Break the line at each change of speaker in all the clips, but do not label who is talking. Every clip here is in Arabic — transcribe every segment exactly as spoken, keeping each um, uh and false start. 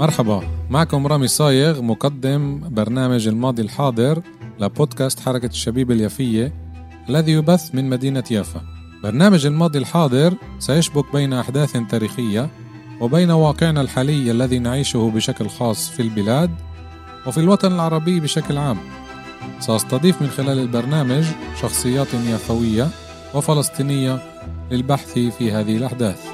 مرحبا، معكم رامي صايغ مقدم برنامج الماضي الحاضر لبودكاست حركة الشبيب اليافية الذي يبث من مدينة يافا. برنامج الماضي الحاضر سيشبك بين أحداث تاريخية وبين واقعنا الحالي الذي نعيشه بشكل خاص في البلاد وفي الوطن العربي بشكل عام. سأستضيف من خلال البرنامج شخصيات يافوية وفلسطينية للبحث في هذه الأحداث.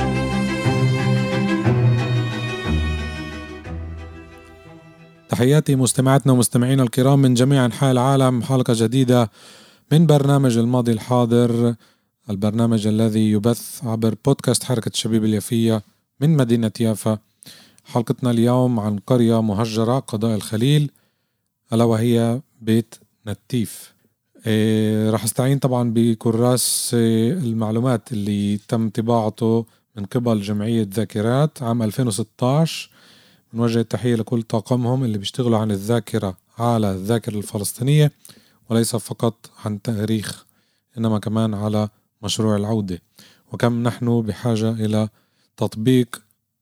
تحياتي مستمعاتنا ومستمعينا الكرام من جميع أنحاء العالم، حلقة جديدة من برنامج الماضي الحاضر، البرنامج الذي يبث عبر بودكاست حركة الشبيب اليافية من مدينة يافا. حلقتنا اليوم عن قرية مهجرة قضاء الخليل ألا وهي بيت نتيف. إيه راح استعين طبعا بكراس إيه المعلومات اللي تم طباعته من قبل جمعية ذاكرات عام ألفين وستة عشر. نوجه التحية لكل طاقمهم اللي بيشتغلوا عن الذاكرة على الذاكرة الفلسطينية، وليس فقط عن تاريخ إنما كمان على مشروع العودة، وكم نحن بحاجة إلى تطبيق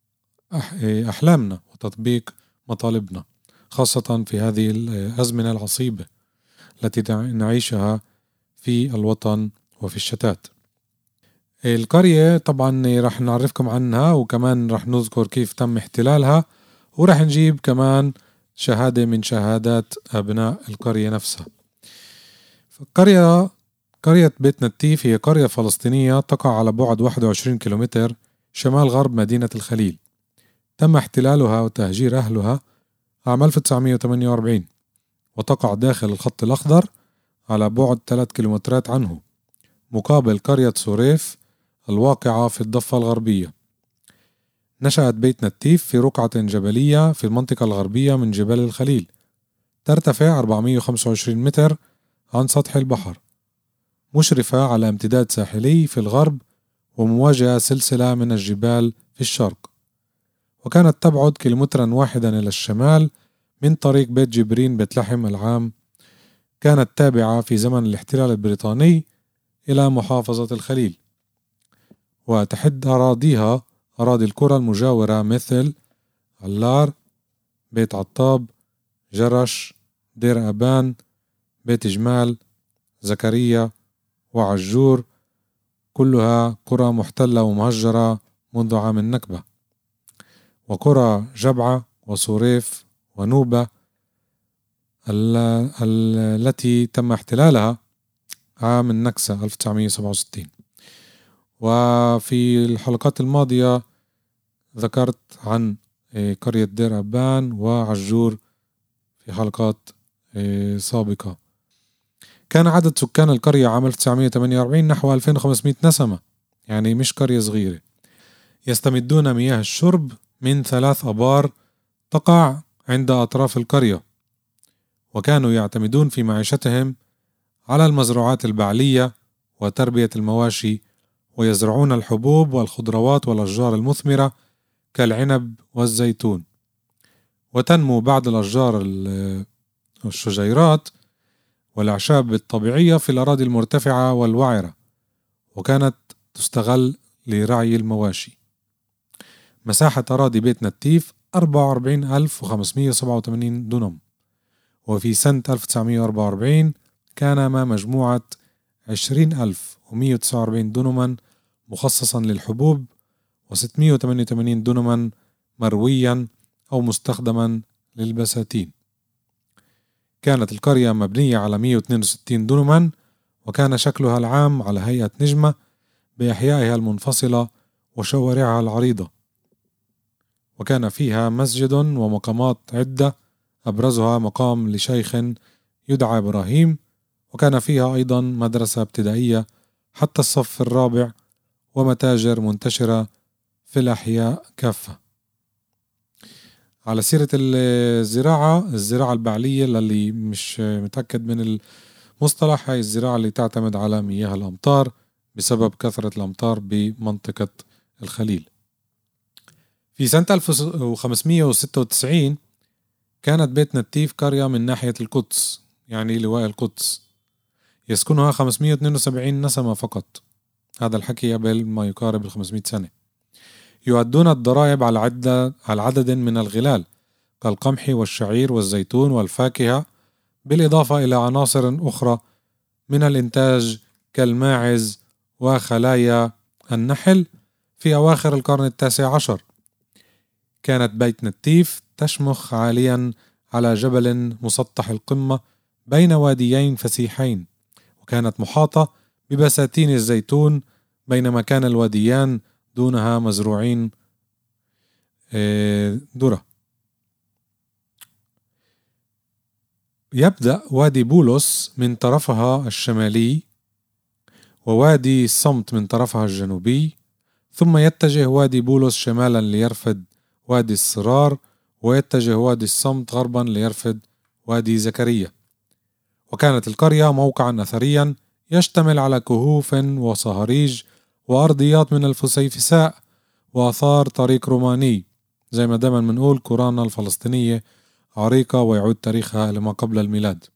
أحلامنا وتطبيق مطالبنا، خاصة في هذه الأزمنة العصيبة التي نعيشها في الوطن وفي الشتات. القرية طبعا رح نعرفكم عنها، وكمان رح نذكر كيف تم احتلالها، ورح نجيب كمان شهادة من شهادات أبناء القرية نفسها. القرية قرية بيت نتيف هي قرية فلسطينية تقع على بعد واحد وعشرين كيلومتر شمال غرب مدينة الخليل. تم احتلالها وتهجير أهلها عام ألف وتسعمائة وثمانية وأربعين، وتقع داخل الخط الأخضر على بعد ثلاث كيلومترات عنه، مقابل قرية صوريف الواقعة في الضفة الغربية. نشأت بيت نتيف في رقعة جبلية في المنطقة الغربية من جبال الخليل، ترتفع أربعمائة وخمسة وعشرين متر عن سطح البحر، مشرفة على امتداد ساحلي في الغرب ومواجهة سلسلة من الجبال في الشرق. وكانت تبعد كيلومترا واحدا إلى الشمال من طريق بيت جبرين بيت لحم العام. كانت تابعة في زمن الاحتلال البريطاني إلى محافظة الخليل، وتحد أراضيها أراضي القرى المجاورة مثل علار، بيت عطاب، جرش، دير أبان، بيت جمال، زكريا وعجور، كلها قرى محتلة ومهجرة منذ عام النكبة. وقرى جبعة وصوريف ونوبة التي تم احتلالها عام النكسة ألف وتسعمائة وسبعة وستين. وفي الحلقات الماضية ذكرت عن قرية دير أبان وعجور في حلقات سابقة. كان عدد سكان القرية عام ألف وتسعمائة وثمانية وأربعين نحو ألفين وخمسمائة نسمة، يعني مش قرية صغيرة. يستمدون مياه الشرب من ثلاث أبار تقع عند أطراف القرية، وكانوا يعتمدون في معيشتهم على المزروعات البعلية وتربية المواشي، ويزرعون الحبوب والخضروات والأشجار المثمرة كالعنب والزيتون. وتنمو بعض الأشجار والشجيرات والأعشاب الطبيعية في الأراضي المرتفعة والوعرة، وكانت تستغل لرعي المواشي. مساحة أراضي بيت نتيف أربعة وأربعين ألف وخمسمائة وسبعة وثمانين دونم، وفي سنة ألف وتسعمائة وأربعة وأربعين كان ما مجموعة عشرين ألف ومائة وتسعة وأربعين دونما مخصصا للحبوب وستمائة وثمانية وثمانين دونما مرويا أو مستخدما للبساتين. كانت القرية مبنية على مائة واثنين وستين دونما، وكان شكلها العام على هيئة نجمة بأحيائها المنفصلة وشوارعها العريضة، وكان فيها مسجد ومقامات عدة أبرزها مقام لشيخ يدعى إبراهيم، وكان فيها أيضا مدرسة ابتدائية حتى الصف الرابع، ومتاجر منتشرة في الأحياء كافة. على سيرة الزراعة، الزراعة البعلية اللي مش متأكد من المصطلح، هاي الزراعة اللي تعتمد على مياه الأمطار بسبب كثرة الأمطار بمنطقة الخليل. في سنة ألف وخمسمائة وستة وتسعين كانت بيت نتيف قرية من ناحية القدس، يعني لواء القدس، يسكنها خمسمائة واثنين وسبعين نسمة فقط. هذا الحكي قبل ما يقارب الخمسمائة سنة. يؤدون الضرائب على عدة على عدد من الغلال كالقمح والشعير والزيتون والفاكهة، بالإضافة إلى عناصر أخرى من الإنتاج كالماعز وخلايا النحل. في أواخر القرن التاسع عشر كانت بيت نتيف تشمخ عاليا على جبل مسطح القمة بين واديين فسيحين، وكانت محاطة ببساتين الزيتون، بينما كان الواديان دونها مزروعين ذرة. يبدأ وادي بولس من طرفها الشمالي ووادي الصمت من طرفها الجنوبي، ثم يتجه وادي بولس شمالا ليرفد وادي الصرار، ويتجه وادي الصمت غربا ليرفد وادي زكريا. وكانت القرية موقعا أثريا يشتمل على كهوف وصهاريج وأرضيات من الفسيفساء وآثار طريق روماني، زي ما دايما منقول قرانا الفلسطينية عريقة ويعود تاريخها لما قبل الميلاد.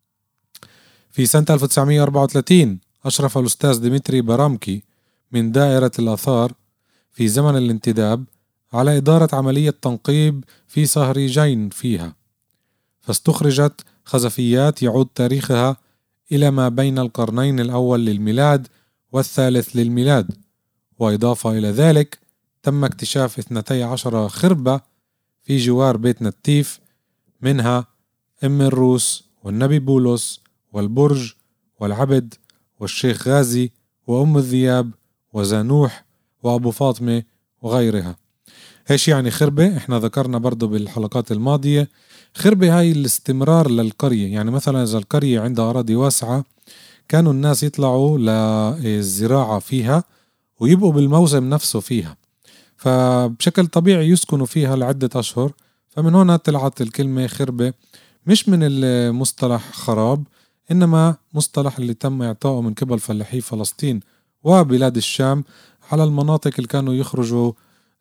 في سنة ألف وتسعمائة وأربعة وثلاثين أشرف الأستاذ ديمتري برامكي من دائرة الآثار في زمن الانتداب على إدارة عملية تنقيب في صهريجين فيها، فاستخرجت خزفيات يعود تاريخها إلى ما بين القرنين الأول للميلاد والثالث للميلاد. وإضافة إلى ذلك تم اكتشاف اثنتي عشر خربة في جوار بيت نتيف، منها أم الروس والنبي بولس والبرج والعبد والشيخ غازي وأم الذياب وزانوح وأبو فاطمة وغيرها. إيش يعني خربة؟ إحنا ذكرنا برضو بالحلقات الماضية، خربة هاي الاستمرار للقرية. يعني مثلا إذا القرية عندها أراضي واسعة كانوا الناس يطلعوا للزراعة فيها ويبقوا بالموسم نفسه فيها، فبشكل طبيعي يسكنوا فيها لعدة أشهر، فمن هنا طلعت الكلمة خربة، مش من المصطلح خراب، إنما مصطلح اللي تم إعطائه من قبل فلاحي فلسطين وبلاد الشام على المناطق اللي كانوا يخرجوا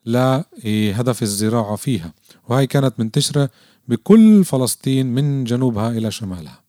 لهدف الزراعة فيها، وهي كانت منتشرة بكل فلسطين من جنوبها إلى شمالها.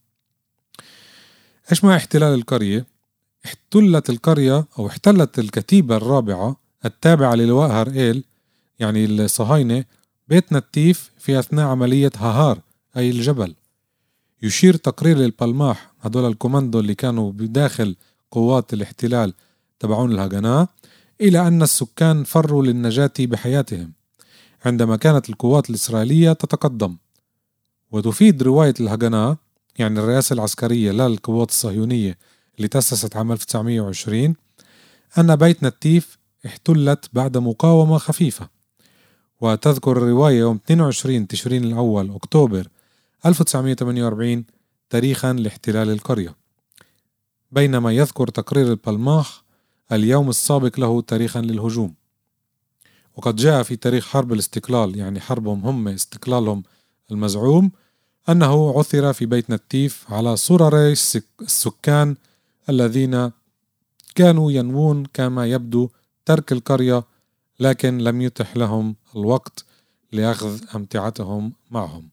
إيش مع احتلال القرية؟ احتلت القرية أو احتلت الكتيبة الرابعة التابعة للواء هرئيل يعني الصهاينة بيت نتيف في أثناء عملية ههار أي الجبل. يشير تقرير للبلماح، هدول الكوماندو اللي كانوا بداخل قوات الاحتلال تبعون الهجناء، إلى أن السكان فروا للنجاة بحياتهم عندما كانت القوات الإسرائيلية تتقدم. وتفيد رواية الهجناء يعني الرئاسة العسكرية للقوات الصهيونية اللي تأسست عام ألف وتسعمائة وعشرين أن بيت نتيف احتلت بعد مقاومة خفيفة. وتذكر الرواية يوم اثنين وعشرين تشرين الأول أكتوبر ألف وتسعمائة وثمانية وأربعين تاريخا لاحتلال القرية، بينما يذكر تقرير البلماح اليوم السابق له تاريخا للهجوم. وقد جاء في تاريخ حرب الاستقلال يعني حربهم هم استقلالهم المزعوم أنه عثر في بيت نتيف على صورة السكان الذين كانوا ينوون كما يبدو ترك القرية، لكن لم يتح لهم الوقت لأخذ أمتعتهم معهم.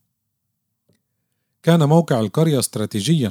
كان موقع القرية استراتيجيا،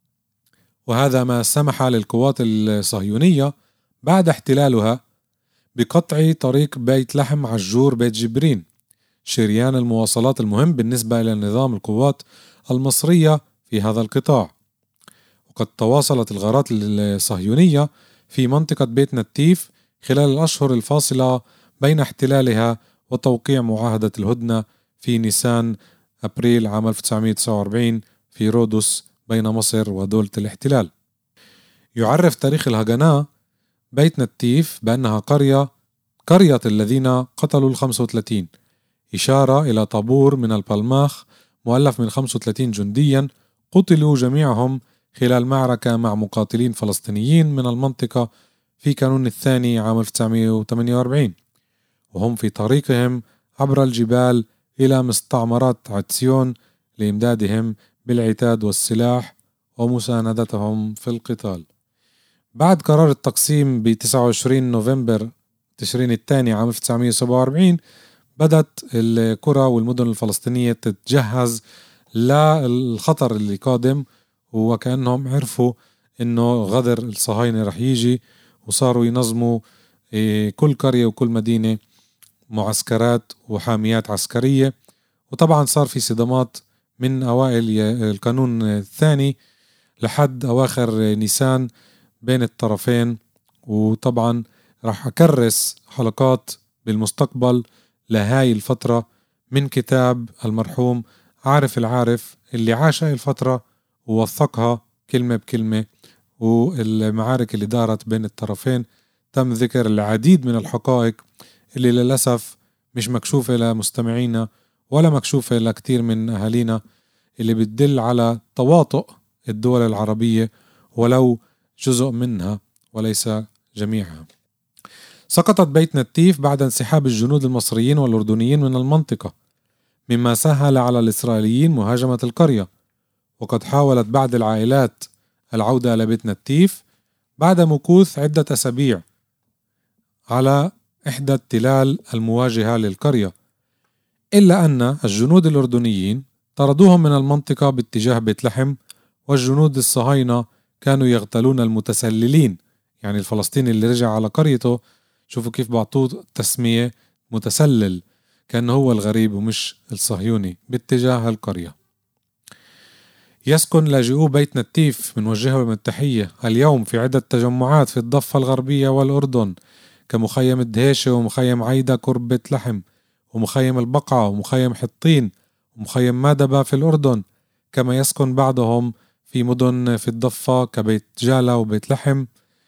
وهذا ما سمح للقوات الصهيونية بعد احتلالها بقطع طريق بيت لحم عجور بيت جبرين، شريان المواصلات المهم بالنسبة إلى نظام القوات المصرية في هذا القطاع. وقد تواصلت الغارات الصهيونية في منطقة بيت نتيف خلال الأشهر الفاصلة بين احتلالها وتوقيع معاهدة الهدنة في نيسان أبريل عام ألف وتسعمائة وتسعة وأربعين في رودوس بين مصر ودولة الاحتلال. يعرف تاريخ الهجناء بيت نتيف بأنها قرية قرية الذين قتلوا الخمسة وثلاثين، إشارة إلى طابور من البلماخ مؤلف من خمسة وثلاثين جنديا قتلوا جميعهم خلال معركة مع مقاتلين فلسطينيين من المنطقة في كانون الثاني عام ألف وتسعمائة وثمانية وأربعين، وهم في طريقهم عبر الجبال إلى مستعمرات عتسيون لإمدادهم بالعتاد والسلاح ومساندتهم في القتال. بعد قرار التقسيم ب تسعة وعشرين نوفمبر تشرين الثاني عام ألف وتسعمائة وسبعة وأربعين بدأت القرى والمدن الفلسطينية تتجهز للخطر اللي قادم، وكأنهم عرفوا إنه غدر الصهاينة رح يجي، وصاروا ينظموا كل قرية وكل مدينة معسكرات وحاميات عسكرية. وطبعا صار في صدامات من أوائل القانون الثاني لحد أواخر نيسان بين الطرفين. وطبعا راح أكرس حلقات بالمستقبل لهاي الفترة من كتاب المرحوم عارف العارف اللي عاش هاي الفترة ووثقها كلمة بكلمة، والمعارك اللي دارت بين الطرفين تم ذكر العديد من الحقائق اللي للأسف مش مكشوفة لمستمعينا ولا مكشوفة لكتير من أهالينا، اللي بتدل على تواطؤ الدول العربية ولو جزء منها وليس جميعها. سقطت بيت نتيف بعد انسحاب الجنود المصريين والأردنيين من المنطقة، مما سهل على الإسرائيليين مهاجمة القرية. وقد حاولت بعض العائلات العودة إلى بيت نتيف بعد مكوث عدة أسابيع على إحدى التلال المواجهة للقرية، إلا أن الجنود الأردنيين طردوهم من المنطقة باتجاه بيت لحم، والجنود الصهاينة كانوا يغتالون المتسللين، يعني الفلسطيني اللي رجع على قريته شوفوا كيف بعطوه تسمية متسلل كأنه هو الغريب ومش الصهيوني باتجاه القرية. يسكن لاجئو بيت نتيف بنوجههم التحية اليوم في عدة تجمعات في الضفة الغربية والأردن، كمخيم الدهيشة ومخيم عيدة قرب بيت لحم ومخيم البقعة ومخيم حطين ومخيم مادبة في الأردن، كما يسكن بعضهم في مدن في الضفة كبيت جالة وبيت لحم،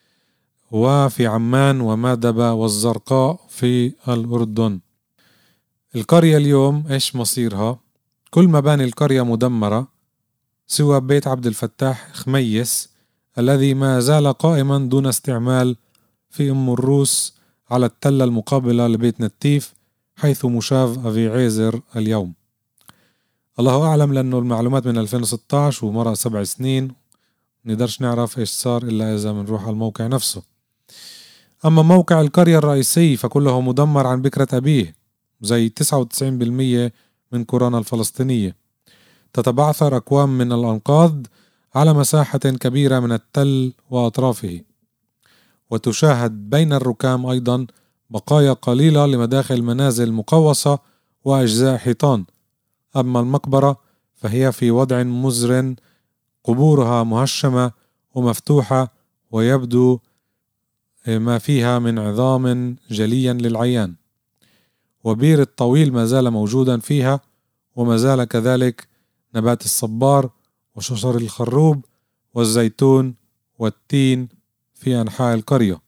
وفي عمان ومادبة والزرقاء في الأردن. القرية اليوم إيش مصيرها؟ كل مباني القرية مدمرة سوى بيت عبد الفتاح خميس الذي ما زال قائما دون استعمال في أم الروس على التلة المقابلة لبيت نتيف، حيث مشاف أبي عيزر اليوم. الله أعلم، لأنه المعلومات من ألفين وستة عشر ومرة سبع سنين نقدرش نعرف إيش صار إلا إذا منروح على الموقع نفسه. أما موقع القرية الرئيسي فكله مدمر عن بكرة أبيه، زي تسعة وتسعين بالمية من قرانا الفلسطينية. تتبعثر أكوام من الأنقاض على مساحة كبيرة من التل وأطرافه، وتشاهد بين الركام أيضا بقايا قليلة لمداخل منازل مقوسة وأجزاء حيطان. أما المقبرة فهي في وضع مزر، قبورها مهشمة ومفتوحة ويبدو ما فيها من عظام جليا للعيان. وبير الطويل ما زال موجودا فيها، وما زال كذلك نبات الصبار وشجر الخروب والزيتون والتين في أنحاء القرية.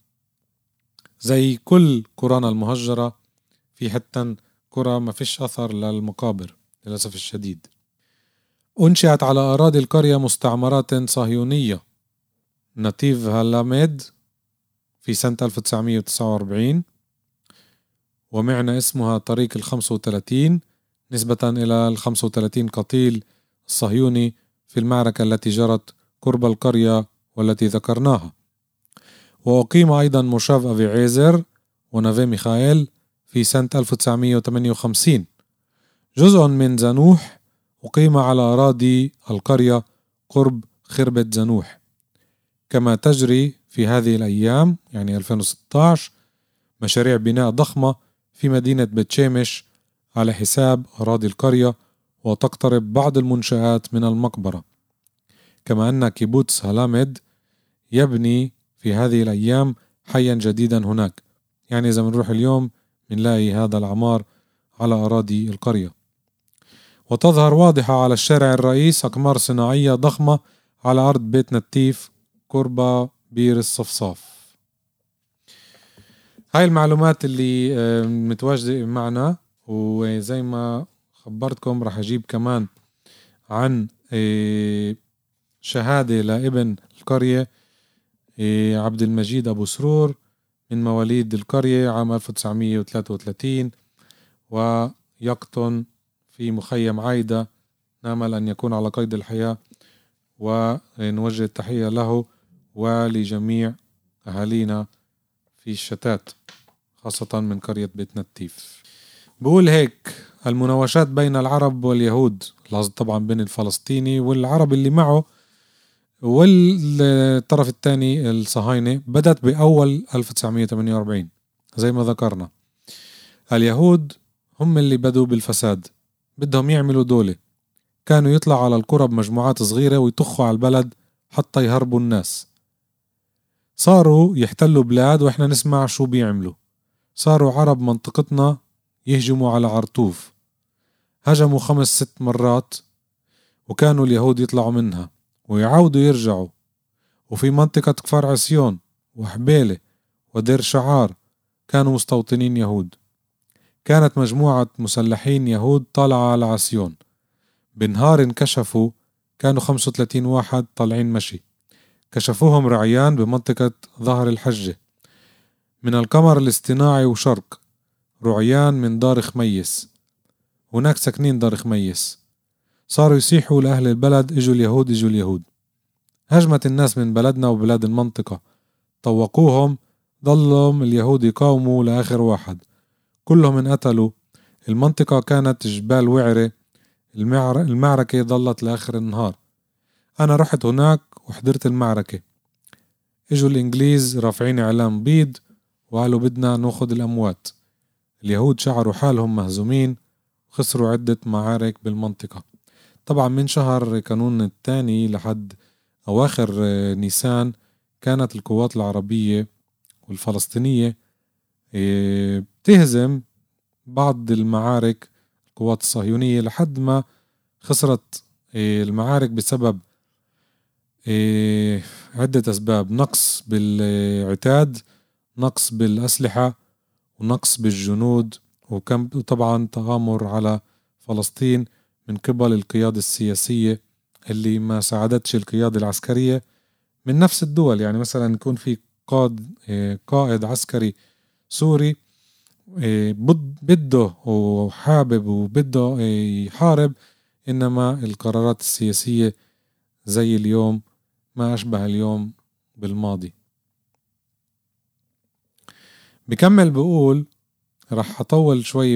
زي كل قرانا المهجرة في حتى قرى ما فيش أثر للمقابر للأسف الشديد. أنشئت على أراضي القرية مستعمرات صهيونية، نتيف هالاميد في سنة ألف وتسعمية وتسعة وأربعين، ومعنى اسمها طريق الخمسة وثلاثين نسبة إلى الخمسة وثلاثين قتيل الصهيوني في المعركة التي جرت قرب القرية والتي ذكرناها. وأقيم أيضا مشاف أبي عيزر ونافي ميخائيل في سنة ألف وتسعمية وثمانية وخمسين. جزء من زنوح أقيم على أراضي القرية قرب خربة زنوح، كما تجري في هذه الأيام يعني ألفين وستة عشر مشاريع بناء ضخمة في مدينة بيت شيمش على حساب أراضي القرية، وتقترب بعض المنشآت من المقبرة. كما أن كيبوتس هالاميد يبني في هذه الأيام حيا جديدا هناك، يعني إذا منروح اليوم منلاقي هذا العمار على أراضي القرية. وتظهر واضحة على الشارع الرئيس أقمار صناعية ضخمة على أرض بيت نتيف قرب بير الصفصاف. هاي المعلومات اللي متواجدة معنا، وزي ما خبرتكم رح أجيب كمان عن شهادة لابن القرية عبد المجيد أبو سرور من مواليد القرية عام ألف وتسعمية وثلاثة وثلاثين، ويقطن في مخيم عايدة. نأمل أن يكون على قيد الحياة، ونوجه التحية له ولجميع أهالينا في الشتات خاصة من قرية بيت نتيف. بقول هيك: المناوشات بين العرب واليهود، القصد طبعا بين الفلسطيني والعرب اللي معه والطرف الثاني الصهاينة، بدأت بأول ألف وتسعمية وثمانية وأربعين زي ما ذكرنا. اليهود هم اللي بدوا بالفساد، بدهم يعملوا دولة. كانوا يطلعوا على القرى بمجموعات صغيرة ويطخوا على البلد حتى يهربوا الناس. صاروا يحتلوا بلاد وإحنا نسمع شو بيعملوا. صاروا عرب منطقتنا يهجموا على عرطوف، هجموا خمس ست مرات وكانوا اليهود يطلعوا منها ويعودوا يرجعوا. وفي منطقة كفر عسيون وحبيلة ودير شعار كانوا مستوطنين يهود. كانت مجموعة مسلحين يهود طالعة على عسيون، بنهار انكشفوا كانوا خمسة وثلاثين واحد طالعين مشي، كشفوهم رعيان بمنطقة ظهر الحجة من القمر الاصطناعي وشرق، رعيان من دار خميس، هناك ساكنين دار خميس. صاروا يصيحوا لأهل البلد اجوا اليهود اجوا اليهود. هجمت الناس من بلدنا وبلاد المنطقة، طوقوهم، ظلهم اليهود يقاوموا لآخر واحد، كلهم انقتلوا. المنطقة كانت جبال وعرة، المعر... المعركة ظلت لآخر النهار. أنا رحت هناك وحضرت المعركة. اجوا الإنجليز رافعين إعلام بيض وقالوا بدنا ناخد الأموات. اليهود شعروا حالهم مهزومين وخسروا عدة معارك بالمنطقة. طبعا من شهر كانون الثاني لحد أواخر نيسان كانت القوات العربية والفلسطينية بتهزم بعض المعارك القوات الصهيونية لحد ما خسرت المعارك بسبب عدة أسباب: نقص بالعتاد، نقص بالأسلحة، ونقص بالجنود، وكم طبعا تآمر على فلسطين من قبل القيادة السياسية اللي ما ساعدتش القيادة العسكرية من نفس الدول. يعني مثلا يكون في قائد قائد عسكري سوري بده وحابب وبده يحارب، إنما القرارات السياسية زي اليوم ما أشبه اليوم بالماضي. بكمل بقول رح أطول شوي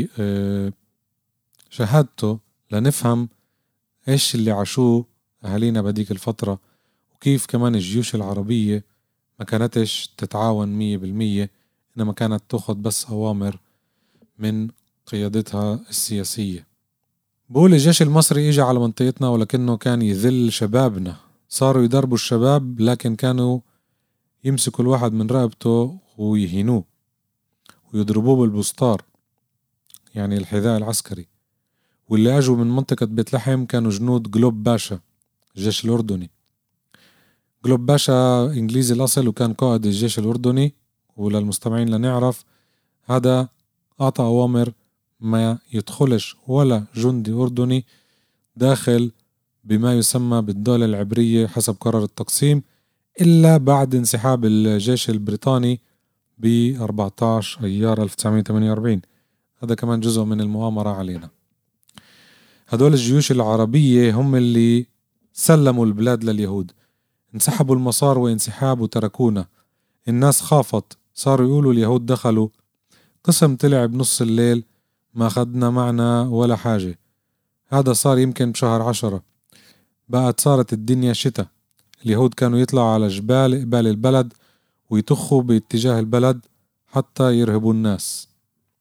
بشهادته لنفهم إيش اللي عاشوه أهالينا بديك الفترة، وكيف كمان الجيوش العربية ما كانتش تتعاون مية بالمية، إنما كانت تأخذ بس أوامر من قيادتها السياسية. بقول الجيش المصري إجا على منطقتنا ولكنه كان يذل شبابنا. صاروا يدربوا الشباب لكن كانوا يمسكوا الواحد من رقبته ويهينوه ويضربوه بالبسطار، يعني الحذاء العسكري. واللي أجوا من منطقة بيت لحم كانوا جنود جلوب باشا الجيش الأردني. جلوب باشا إنجليزي الأصل وكان قائد الجيش الأردني، وللمستمعين لنعرف هذا أعطى أوامر ما يدخلش ولا جندي أردني داخل بما يسمى بالدولة العبرية حسب قرار التقسيم إلا بعد انسحاب الجيش البريطاني ب أربعة عشر أيار ألف وتسعمية وثمانية وأربعين. هذا كمان جزء من المؤامرة علينا. هدول الجيوش العربية هم اللي سلموا البلاد لليهود، انسحبوا المسار وانسحاب وتركونا. الناس خافت، صاروا يقولوا اليهود دخلوا، قسم طلع بنص الليل، ما أخذنا معنا ولا حاجة. هذا صار يمكن بشهر عشرة، بقت صارت الدنيا شتاء. اليهود كانوا يطلعوا على جبال قبال البلد ويتخوا باتجاه البلد حتى يرهبوا الناس.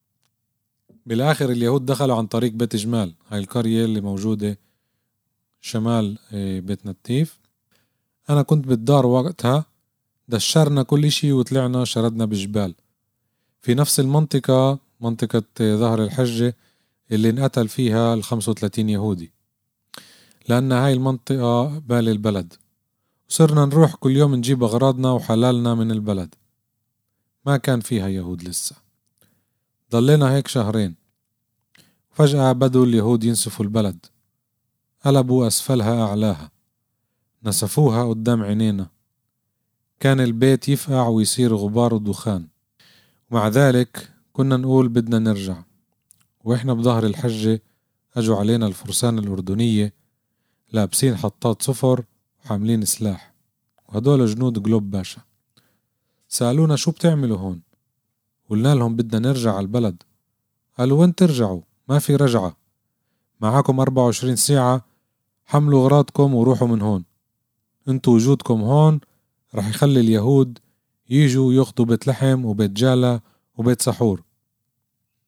بالآخر اليهود دخلوا عن طريق بيت جمال، هاي القرية اللي موجودة شمال بيت نتيف. أنا كنت بالدار وقتها، دشرنا كل إشي وطلعنا شردنا بجبال في نفس المنطقة، منطقة ظهر الحجة اللي انقتل فيها الخمسة وثلاثين يهودي، لأن هاي المنطقة بال البلد. وصرنا نروح كل يوم نجيب أغراضنا وحلالنا من البلد، ما كان فيها يهود لسه. ضلينا هيك شهرين، فجأة بدوا اليهود ينسفوا البلد، قلبوا أسفلها أعلاها، نسفوها قدام عينينا. كان البيت يفقع ويصير غبار ودخان، ومع ذلك كنا نقول بدنا نرجع. وإحنا بظهر الحجة أجوا علينا الفرسان الأردنية لابسين حطات صفر وحاملين سلاح، وهدول جنود جلوب باشا. سألونا شو بتعملوا هون؟ قلنا لهم بدنا نرجع على البلد. قالوا وين ترجعوا؟ ما في رجعة، معاكم أربعة وعشرين ساعة، حملوا غراضكم وروحوا من هون. انتوا وجودكم هون رح يخلي اليهود ييجوا ياخدوا بيت لحم وبيت جالة وبيت سحور.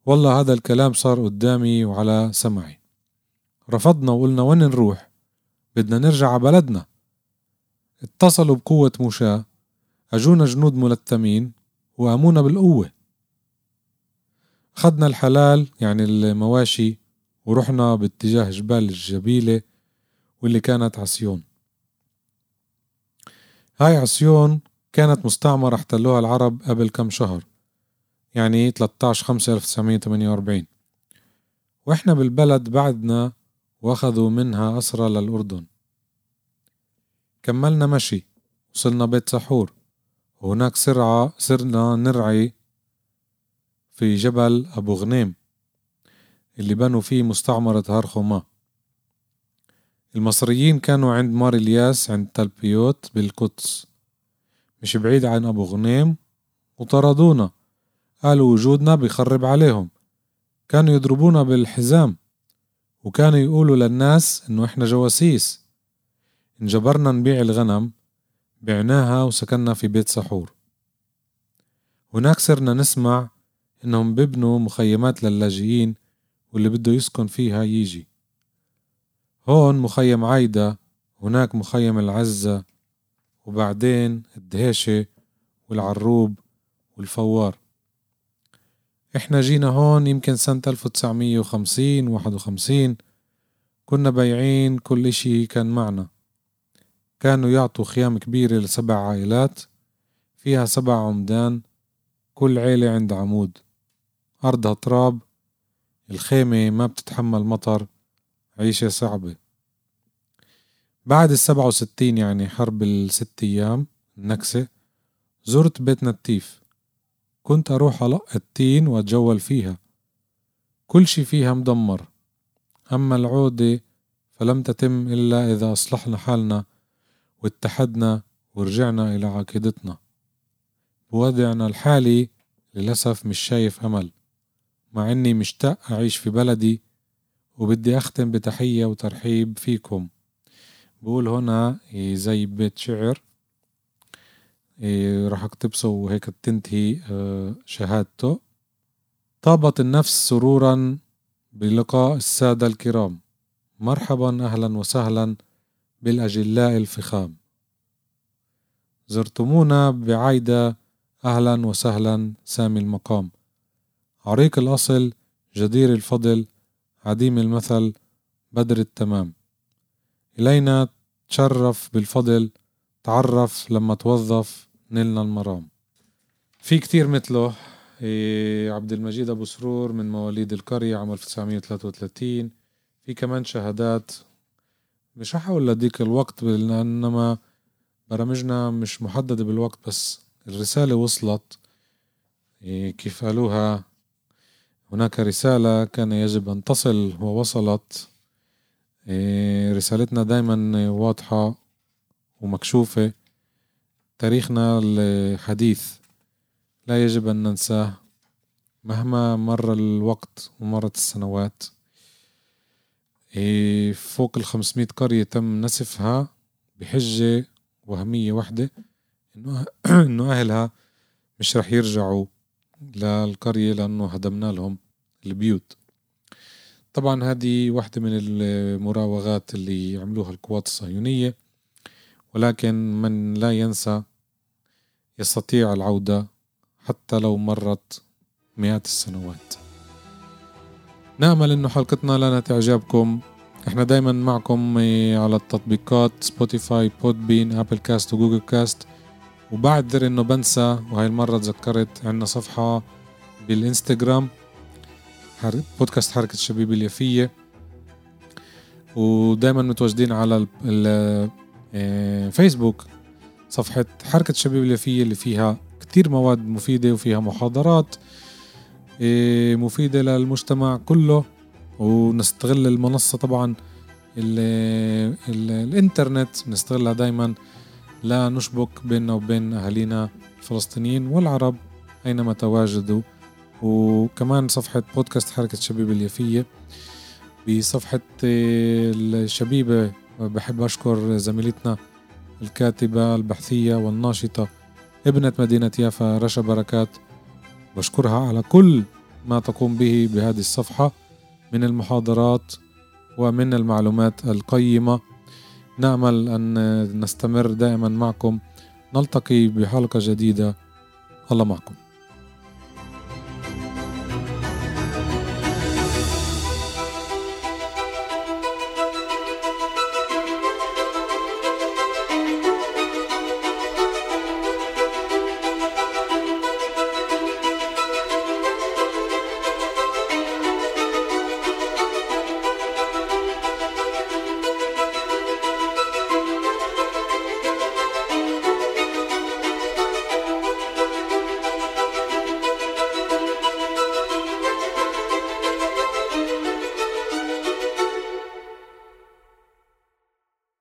والله هذا الكلام صار قدامي وعلى سمعي. رفضنا وقلنا وين نروح؟ بدنا نرجع على بلدنا. اتصلوا بقوة مشاة، أجونا جنود ملثمين وقامونا بالقوة. خدنا الحلال يعني المواشي ورحنا باتجاه جبال الجبيلة واللي كانت عسيون. هاي عسيون كانت مستعمرة احتلوها العرب قبل كم شهر، يعني ثلاثة عشر خمسة ألف وتسعمية وثمانية وأربعين، وإحنا بالبلد بعدنا واخذوا منها أسرى للأردن. كملنا مشي، وصلنا بيت سحور، وهناك سرعة صرنا نرعي في جبل أبو غنيم اللي بنوا فيه مستعمرة هارخوما. المصريين كانوا عند مار الياس عند تلبيوت بالقدس، مش بعيد عن أبو غنيم، وطردونا، قالوا وجودنا بيخرب عليهم. كانوا يضربونا بالحزام، وكانوا يقولوا للناس إنه إحنا جواسيس. انجبرنا نبيع الغنم، بعناها وسكننا في بيت سحور. هناك صرنا نسمع إنهم بيبنوا مخيمات للاجئين واللي بده يسكن فيها يجي. هون مخيم عايدة، هناك مخيم العزة، وبعدين الدهيشة والعروب والفوار. إحنا جينا هون يمكن سنة ألف وتسعمية وخمسين واحد وخمسين. كنا بايعين كل إشي كان معنا. كانوا يعطوا خيام كبيرة لسبع عائلات فيها سبع عمدان، كل عيلة عند عمود، أرضها تراب، الخيمة ما بتتحمل مطر، عيشة صعبة. بعد السبعة وستين يعني حرب الست أيام النكسة، زرت بيت نتيف. كنت أروح ألق التين وأتجول فيها، كل شي فيها مدمر. أما العودة فلم تتم إلا إذا أصلحنا حالنا واتحدنا ورجعنا إلى عقيدتنا. بوضعنا الحالي للأسف مش شايف أمل، مع أني مشتاق أعيش في بلدي. وبدي أختم بتحية وترحيب فيكم. بقول هنا زي بيت شعر راح أكتبسه وهيك تنتهي شهادته. طابت النفس سرورا بلقاء السادة الكرام، مرحبا أهلا وسهلا بالأجلاء الفخام. زرتمونا بعايدة، أهلا وسهلا سامي المقام. عريق الأصل، جدير الفضل، عديم المثل، بدر التمام. إلينا تشرف بالفضل، تعرف لما توظف نلنا المرام. في كتير مثله. إيه عبد المجيد أبو سرور من مواليد القرية عام ألف وتسعمية وثلاثة وثلاثين. في كمان شهادات مش هحاول لديك الوقت لأنما برامجنا مش محددة بالوقت، بس الرسالة وصلت. إيه كيف قالوها، هناك رسالة كان يجب أن تصل ووصلت. إيه رسالتنا دايما واضحة ومكشوفة. تاريخنا الحديث لا يجب أن ننساه مهما مر الوقت ومرت السنوات. إيه فوق الخمسمائة قرية تم نسفها بحجة وهمية واحدة، إنه إنه أهلها مش رح يرجعوا للقرية لأنه هدمنا لهم البيوت. طبعا هذه واحدة من المراوغات اللي عملوها القوات الصهيونية، ولكن من لا ينسى يستطيع العودة حتى لو مرت مئات السنوات. نأمل إنه حلقتنا لنا إعجابكم. إحنا دايما معكم على التطبيقات سبوتيفاي، بودبين، أبل كاست وجوجل كاست. وبعذر إنه بنسى، وهاي المرة تذكرت، عنا صفحة بالإنستغرام بودكاست حركة الشبيبة اليافية، ودايما متواجدين على الفيسبوك صفحة حركة الشبيبة اليافية اللي فيها كتير مواد مفيدة وفيها محاضرات مفيدة للمجتمع كله. ونستغل المنصة طبعا ال ال الانترنت نستغلها دايما لا نشبك بيننا وبين أهالينا الفلسطينيين والعرب أينما تواجدوا. وكمان صفحة بودكاست حركة الشبيبة اليافية. بصفحة الشبيبة بحب أشكر زميلتنا الكاتبة البحثية والناشطة ابنة مدينة يافا رشا بركات، بشكرها على كل ما تقوم به بهذه الصفحة من المحاضرات ومن المعلومات القيمة. نأمل أن نستمر دائما معكم. نلتقي بحلقة جديدة. الله معكم.